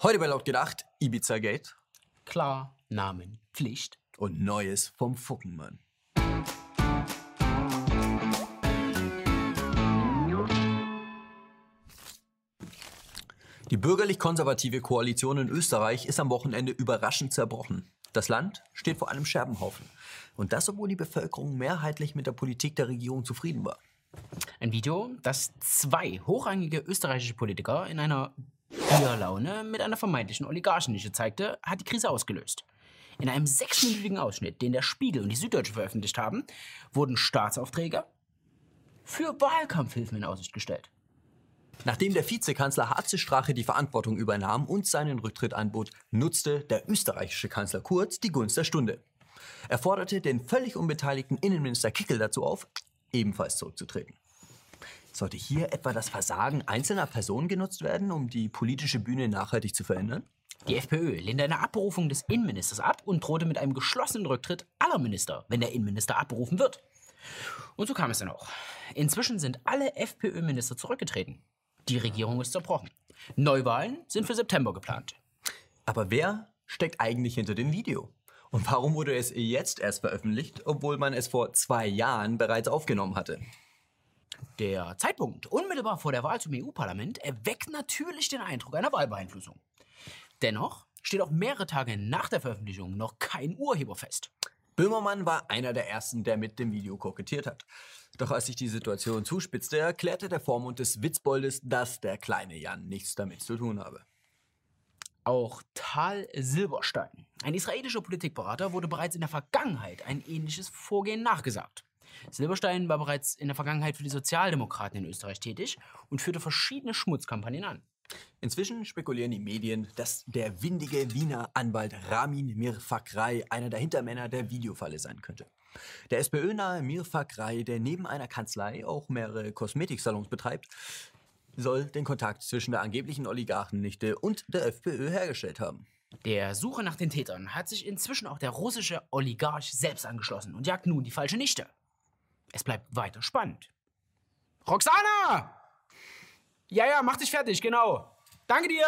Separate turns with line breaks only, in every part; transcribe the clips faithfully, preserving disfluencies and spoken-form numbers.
Heute bei Laut gedacht, Ibiza Gate.
Klar, Namen, Pflicht.
Und Neues vom Fuckenmann. Die bürgerlich-konservative Koalition in Österreich ist am Wochenende überraschend zerbrochen. Das Land steht vor einem Scherbenhaufen. Und das, obwohl die Bevölkerung mehrheitlich mit der Politik der Regierung zufrieden war.
Ein Video, das zwei hochrangige österreichische Politiker in einer Bierlaune mit einer vermeintlichen Oligarchennische zeigte, hat die Krise ausgelöst. In einem sechsminütigen Ausschnitt, den der Spiegel und die Süddeutsche veröffentlicht haben, wurden Staatsaufträge für Wahlkampfhilfen in Aussicht gestellt.
Nachdem der Vizekanzler Hartze Strache die Verantwortung übernahm und seinen Rücktritt anbot, nutzte der österreichische Kanzler Kurz die Gunst der Stunde. Er forderte den völlig unbeteiligten Innenminister Kickl dazu auf, ebenfalls zurückzutreten. Sollte hier etwa das Versagen einzelner Personen genutzt werden, um die politische Bühne nachhaltig zu verändern?
Die FPÖ lehnte eine Abberufung des Innenministers ab und drohte mit einem geschlossenen Rücktritt aller Minister, wenn der Innenminister abberufen wird. Und so kam es dann auch. Inzwischen sind alle FPÖ-Minister zurückgetreten. Die Regierung ist zerbrochen. Neuwahlen sind für September geplant.
Aber wer steckt eigentlich hinter dem Video? Und warum wurde es jetzt erst veröffentlicht, obwohl man es vor zwei Jahren bereits aufgenommen hatte?
Der Zeitpunkt unmittelbar vor der Wahl zum E U-Parlament erweckt natürlich den Eindruck einer Wahlbeeinflussung. Dennoch steht auch mehrere Tage nach der Veröffentlichung noch kein Urheber fest.
Böhmermann war einer der Ersten, der mit dem Video kokettiert hat. Doch als sich die Situation zuspitzte, erklärte der Vormund des Witzboldes, dass der kleine Jan nichts damit zu tun habe.
Auch Tal Silberstein, ein israelischer Politikberater, wurde bereits in der Vergangenheit ein ähnliches Vorgehen nachgesagt. Silberstein war bereits in der Vergangenheit für die Sozialdemokraten in Österreich tätig und führte verschiedene Schmutzkampagnen an.
Inzwischen spekulieren die Medien, dass der windige Wiener Anwalt Ramin Mirfakraj einer der Hintermänner der Videofalle sein könnte. Der SPÖ-nahe Mirfakraj, der neben einer Kanzlei auch mehrere Kosmetiksalons betreibt, soll den Kontakt zwischen der angeblichen Oligarchennichte und der FPÖ hergestellt haben.
Der Suche nach den Tätern hat sich inzwischen auch der russische Oligarch selbst angeschlossen und jagt nun die falsche Nichte. Es bleibt weiter spannend. Roxana! Ja, ja, mach dich fertig, genau. Danke dir!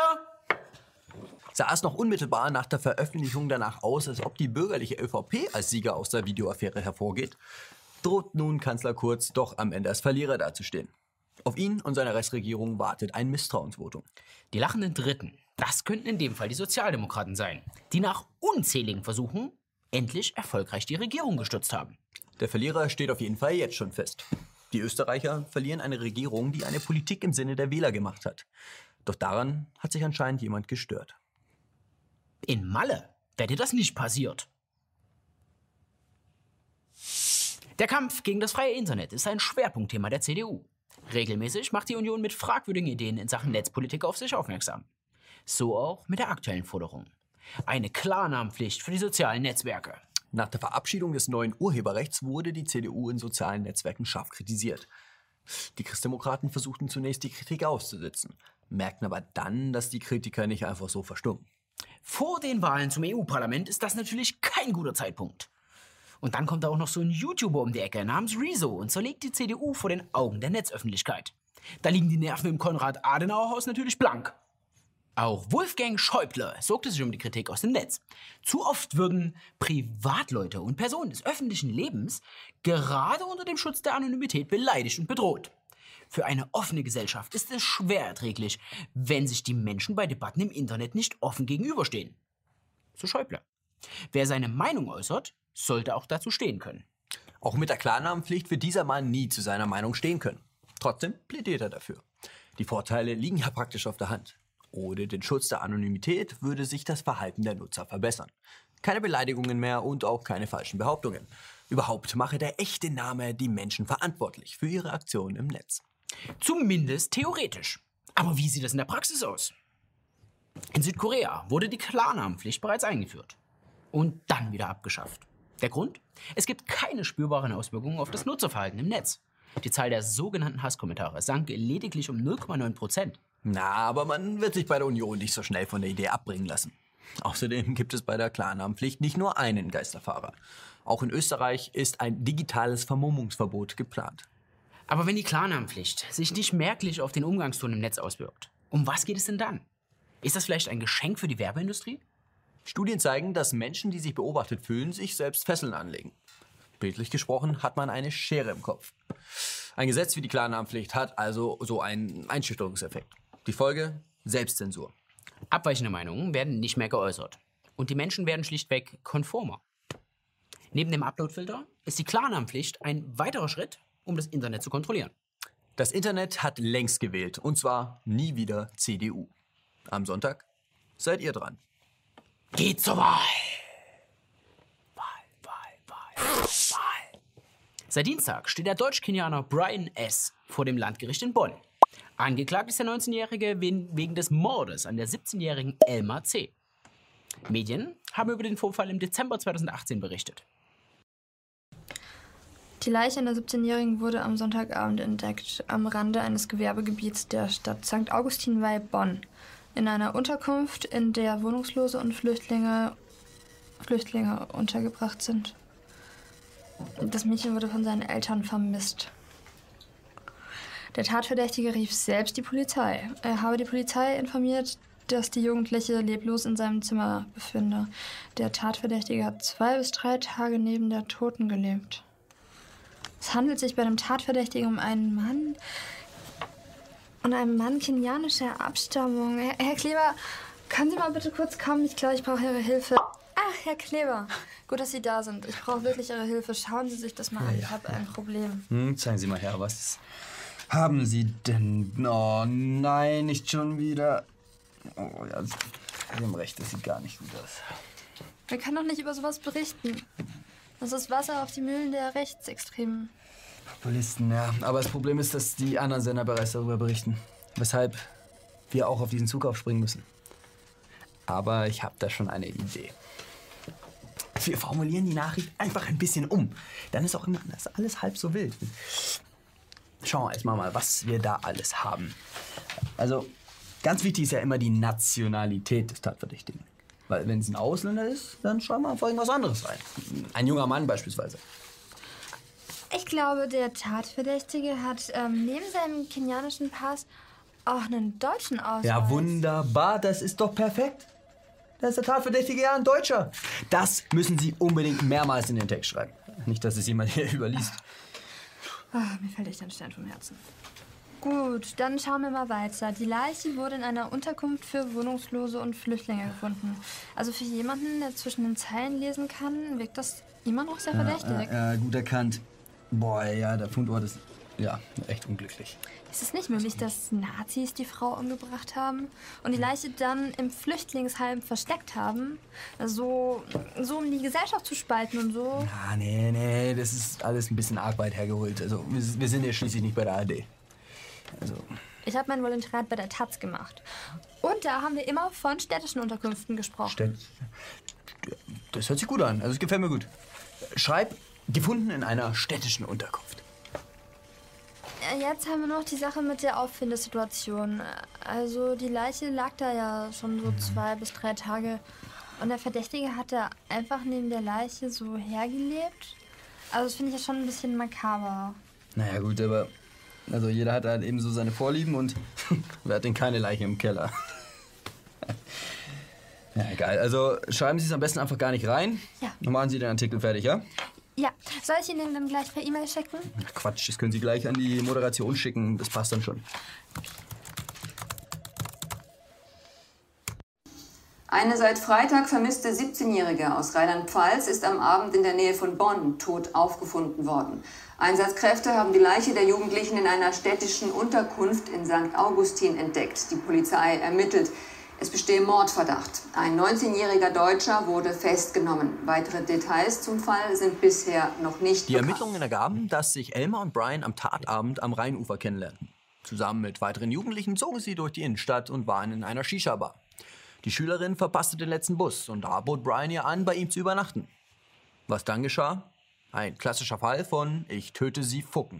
Sah es noch unmittelbar nach der Veröffentlichung danach aus, als ob die bürgerliche ÖVP als Sieger aus der Videoaffäre hervorgeht, droht nun Kanzler Kurz doch am Ende als Verlierer dazustehen. Auf ihn und seine Restregierung wartet ein Misstrauensvotum.
Die lachenden Dritten, das könnten in dem Fall die Sozialdemokraten sein, die nach unzähligen Versuchen endlich erfolgreich die Regierung gestürzt haben.
Der Verlierer steht auf jeden Fall jetzt schon fest. Die Österreicher verlieren eine Regierung, die eine Politik im Sinne der Wähler gemacht hat. Doch daran hat sich anscheinend jemand gestört.
In Malle wäre dir das nicht passiert. Der Kampf gegen das freie Internet ist ein Schwerpunktthema der C D U. Regelmäßig macht die Union mit fragwürdigen Ideen in Sachen Netzpolitik auf sich aufmerksam. So auch mit der aktuellen Forderung. Eine Klarnamenpflicht für die sozialen Netzwerke.
Nach der Verabschiedung des neuen Urheberrechts wurde die C D U in sozialen Netzwerken scharf kritisiert. Die Christdemokraten versuchten zunächst die Kritik auszusitzen, merkten aber dann, dass die Kritiker nicht einfach so verstummen.
Vor den Wahlen zum E U-Parlament ist das natürlich kein guter Zeitpunkt. Und dann kommt da auch noch so ein YouTuber um die Ecke namens Rezo und zerlegt die C D U vor den Augen der Netzöffentlichkeit. Da liegen die Nerven im Konrad-Adenauer-Haus natürlich blank. Auch Wolfgang Schäuble sorgte sich um die Kritik aus dem Netz. Zu oft würden Privatleute und Personen des öffentlichen Lebens gerade unter dem Schutz der Anonymität beleidigt und bedroht. Für eine offene Gesellschaft ist es schwer erträglich, wenn sich die Menschen bei Debatten im Internet nicht offen gegenüberstehen. So Schäuble. Wer seine Meinung äußert, sollte auch dazu stehen können.
Auch mit der Klarnamenpflicht wird dieser Mann nie zu seiner Meinung stehen können. Trotzdem plädiert er dafür. Die Vorteile liegen ja praktisch auf der Hand. Ohne den Schutz der Anonymität würde sich das Verhalten der Nutzer verbessern. Keine Beleidigungen mehr und auch keine falschen Behauptungen. Überhaupt mache der echte Name die Menschen verantwortlich für ihre Aktionen im Netz.
Zumindest theoretisch. Aber wie sieht das in der Praxis aus? In Südkorea wurde die Klarnamenpflicht bereits eingeführt und dann wieder abgeschafft. Der Grund? Es gibt keine spürbaren Auswirkungen auf das Nutzerverhalten im Netz. Die Zahl der sogenannten Hasskommentare sank lediglich um null Komma neun Prozent.
Na, aber man wird sich bei der Union nicht so schnell von der Idee abbringen lassen. Außerdem gibt es bei der Klarnamenpflicht nicht nur einen Geisterfahrer. Auch in Österreich ist ein digitales Vermummungsverbot geplant.
Aber wenn die Klarnamenpflicht sich nicht merklich auf den Umgangston im Netz auswirkt, um was geht es denn dann? Ist das vielleicht ein Geschenk für die Werbeindustrie?
Studien zeigen, dass Menschen, die sich beobachtet fühlen, sich selbst Fesseln anlegen. Bildlich gesprochen hat man eine Schere im Kopf. Ein Gesetz wie die Klarnamenpflicht hat also so einen Einschüchterungseffekt. Die Folge? Selbstzensur.
Abweichende Meinungen werden nicht mehr geäußert. Und die Menschen werden schlichtweg konformer. Neben dem Uploadfilter ist die Klarnamenpflicht ein weiterer Schritt, um das Internet zu kontrollieren.
Das Internet hat längst gewählt, und zwar nie wieder C D U. Am Sonntag seid ihr dran.
Geht zur Wahl! Wahl, Wahl, Wahl, Wahl. Seit Dienstag steht der Deutsch-Kenianer Brian S. vor dem Landgericht in Bonn. Angeklagt ist der neunzehnjährige wegen des Mordes an der siebzehnjährigen Elma C. Medien haben über den Vorfall im Dezember zweitausendachtzehn berichtet.
Die Leiche einer siebzehnjährigen wurde am Sonntagabend entdeckt, am Rande eines Gewerbegebiets der Stadt Sankt Augustin bei Bonn. In einer Unterkunft, in der Wohnungslose und Flüchtlinge, Flüchtlinge untergebracht sind. Das Mädchen wurde von seinen Eltern vermisst. Der Tatverdächtige rief selbst die Polizei. Er habe die Polizei informiert, dass die Jugendliche leblos in seinem Zimmer befinde. Der Tatverdächtige hat zwei bis drei Tage neben der Toten gelebt. Es handelt sich bei dem Tatverdächtigen um einen Mann und einen Mann kenianischer Abstammung. Herr, Herr Kleber, können Sie mal bitte kurz kommen? Ich glaube, ich brauche Ihre Hilfe. Ach, Herr Kleber, gut, dass Sie da sind. Ich brauche wirklich Ihre Hilfe. Schauen Sie sich das mal an. Ich habe ein Problem.
Hm, zeigen Sie mal her, was haben Sie denn? Oh nein, nicht schon wieder. Oh ja, Sie haben recht, das sieht gar nicht gut aus.
Wir können doch nicht über sowas berichten. Das ist Wasser auf die Mühlen der Rechtsextremen.
Populisten, ja. Aber das Problem ist, dass die anderen Sender bereits darüber berichten. Weshalb wir auch auf diesen Zug aufspringen müssen. Aber ich habe da schon eine Idee. Wir formulieren die Nachricht einfach ein bisschen um. Dann ist auch immer das alles halb so wild. Schauen wir erstmal mal, was wir da alles haben. Also, ganz wichtig ist ja immer die Nationalität des Tatverdächtigen. Weil wenn es ein Ausländer ist, dann schreiben wir einfach irgendwas anderes rein. Ein junger Mann beispielsweise.
Ich glaube, der Tatverdächtige hat ähm, neben seinem kenianischen Pass auch einen deutschen Ausweis.
Ja, wunderbar, das ist doch perfekt. Da ist der Tatverdächtige ja ein Deutscher. Das müssen Sie unbedingt mehrmals in den Text schreiben. Nicht, dass es jemand hier überliest.
Oh, mir fällt echt ein Stein vom Herzen. Gut, dann schauen wir mal weiter. Die Leiche wurde in einer Unterkunft für Wohnungslose und Flüchtlinge gefunden. Also für jemanden, der zwischen den Zeilen lesen kann, wirkt das immer noch sehr verdächtig.
Ja, ja, gut erkannt. Boah, ja, der Fundort ist ja echt unglücklich.
Ist es nicht möglich, dass Nazis die Frau umgebracht haben und die Leiche dann im Flüchtlingsheim versteckt haben? So, so um die Gesellschaft zu spalten und so?
Ah, nee, nee, das ist alles ein bisschen arg weit hergeholt. Also, wir, wir sind ja schließlich nicht bei der A R D. Also.
Ich habe mein Volontariat bei der Taz gemacht. Und da haben wir immer von städtischen Unterkünften gesprochen.
Städt das hört sich gut an. Also, es gefällt mir gut. Schreib, gefunden in einer städtischen Unterkunft.
Jetzt haben wir noch die Sache mit der Auffindesituation. Also die Leiche lag da ja schon so zwei bis drei Tage. Und der Verdächtige hat da einfach neben der Leiche so hergelebt. Also das finde ich ja schon ein bisschen makaber.
Naja gut, aber also jeder hat halt eben so seine Vorlieben und wer hat denn keine Leiche im Keller? Ja, egal. Also schreiben Sie es am besten einfach gar nicht rein.
Ja.
Dann machen Sie den Artikel fertig, ja?
Ja, soll ich ihn denn dann gleich per E-Mail schicken?
Ach, Quatsch, das können Sie gleich an die Moderation schicken. Das passt dann schon.
Eine seit Freitag vermisste siebzehnjährige aus Rheinland-Pfalz ist am Abend in der Nähe von Bonn tot aufgefunden worden. Einsatzkräfte haben die Leiche der Jugendlichen in einer städtischen Unterkunft in Sankt Augustin entdeckt. Die Polizei ermittelt. Es bestehe Mordverdacht. Ein neunzehnjähriger Deutscher wurde festgenommen. Weitere Details zum Fall sind bisher noch nicht
Die
bekannt.
Ermittlungen ergaben, dass sich Elma und Brian am Tatabend am Rheinufer kennenlernten. Zusammen mit weiteren Jugendlichen zogen sie durch die Innenstadt und waren in einer Shisha-Bar. Die Schülerin verpasste den letzten Bus und da bot Brian ihr an, bei ihm zu übernachten. Was dann geschah? Ein klassischer Fall von Ich töte sie Fucken.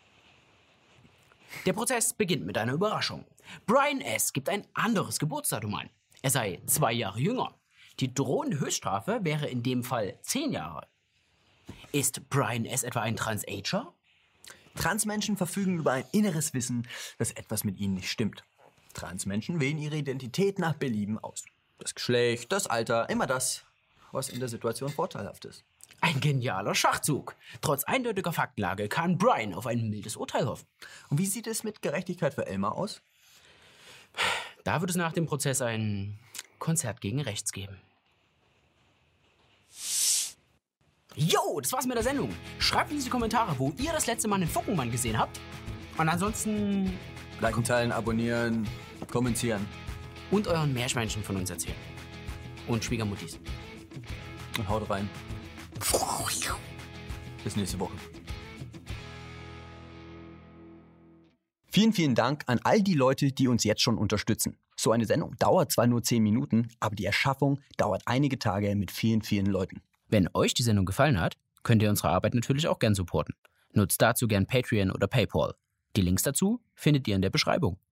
Der Prozess beginnt mit einer Überraschung. Brian S. gibt ein anderes Geburtsdatum an. Er sei zwei Jahre jünger. Die drohende Höchststrafe wäre in dem Fall zehn Jahre. Ist Brian S. etwa ein Transager?
Transmenschen verfügen über ein inneres Wissen, dass etwas mit ihnen nicht stimmt. Transmenschen wählen ihre Identität nach Belieben aus. Das Geschlecht, das Alter, immer das, was in der Situation vorteilhaft ist.
Ein genialer Schachzug. Trotz eindeutiger Faktenlage kann Brian auf ein mildes Urteil hoffen.
Und wie sieht es mit Gerechtigkeit für Elmar aus?
Da wird es nach dem Prozess ein Konzert gegen Rechts geben. Jo, das war's mit der Sendung. Schreibt uns in die Kommentare, wo ihr das letzte Mal einen Fuckenmann gesehen habt. Und ansonsten...
Liken, teilen, abonnieren, kommentieren.
Und euren Meerschweinchen von uns erzählen. Und Schwiegermuttis.
Und haut rein. Bis nächste Woche. Vielen, vielen Dank an all die Leute, die uns jetzt schon unterstützen. So eine Sendung dauert zwar nur zehn Minuten, aber die Erschaffung dauert einige Tage mit vielen, vielen Leuten.
Wenn euch die Sendung gefallen hat, könnt ihr unsere Arbeit natürlich auch gern supporten. Nutzt dazu gern Patreon oder PayPal. Die Links dazu findet ihr in der Beschreibung.